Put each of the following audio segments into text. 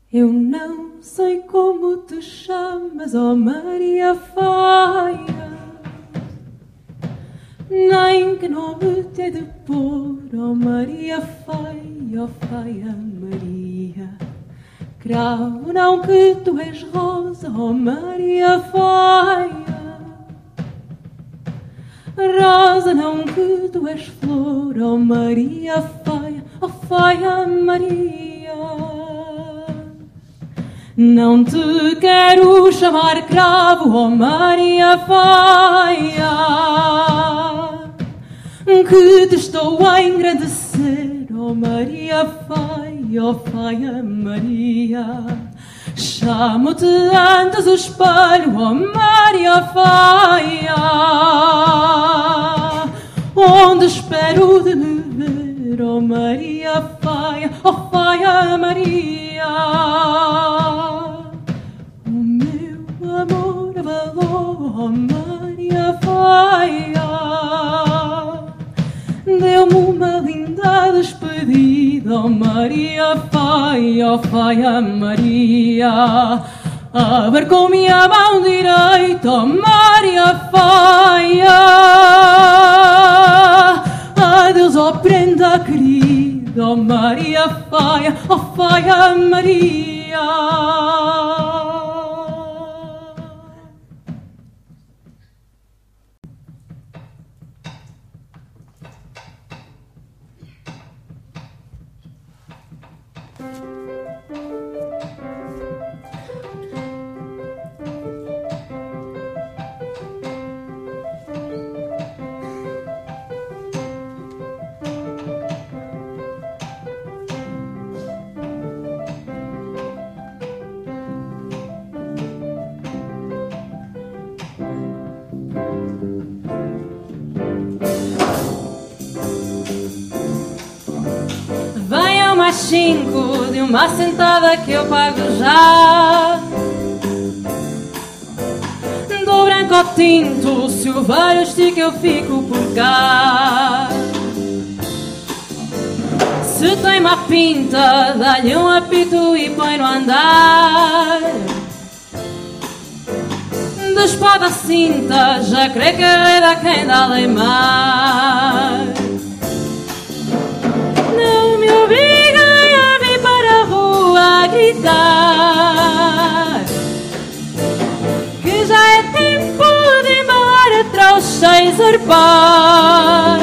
Eu não sei como te chamas, ó Maria Faia, nem que nome te hei de pôr, ó Maria Faia, ó Faia Maria. Cravo não que tu és rosa, ó Maria Faia, rosa não que tu és flor, ó Maria Faia, ó Faia Maria. Não te quero chamar cravo, ó Maria Faia, que te estou a engrandecer, ó Maria Faia, ó Faia Maria. Chamo-te antes o espelho, ó Maria Faia, onde espero de me ver, ó Maria Faia, ó Faia Maria. O meu amor abalou, ó Maria Faia, deu-me uma linda despedida, ó Maria Faia, ó Faia Maria. Abarcou-me a mão direita, ó Maria Faia. Adeus, ó prenda querida, ó Maria Faia, ó Faia Maria. Venham mais 5 de uma sentada que eu pago já. Do branco ao tinto, se o velho estica eu fico por cá. Se tem má pinta, dá-lhe um apito e põe no andar. De espada à cinta, já crê carreira quem dá leimar. Não me obriguem a vir para a rua a gritar, que já é tempo de embalar a trouxa e zarpar.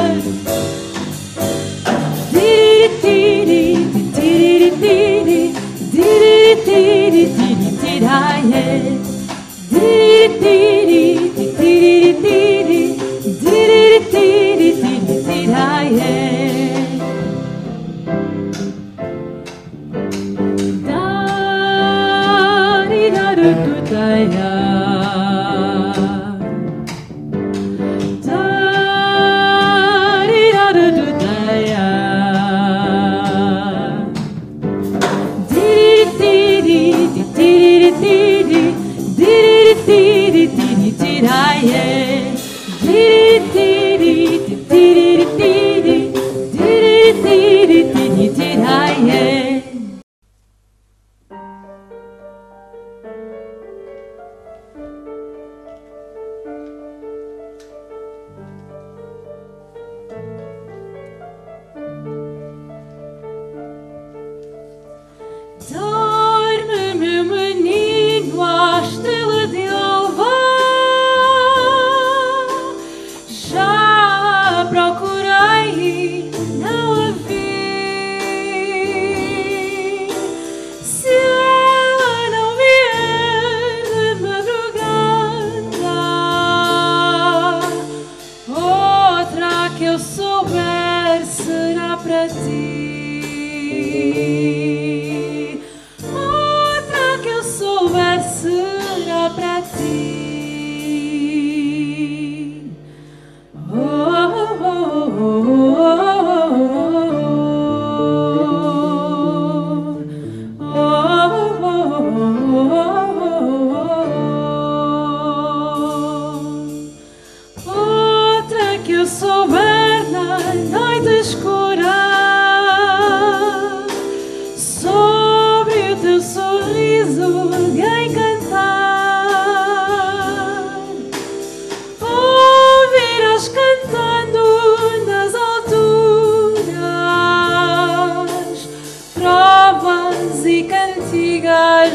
Dorme, meu menino, à estrela de alvar.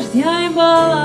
Vieste a embalar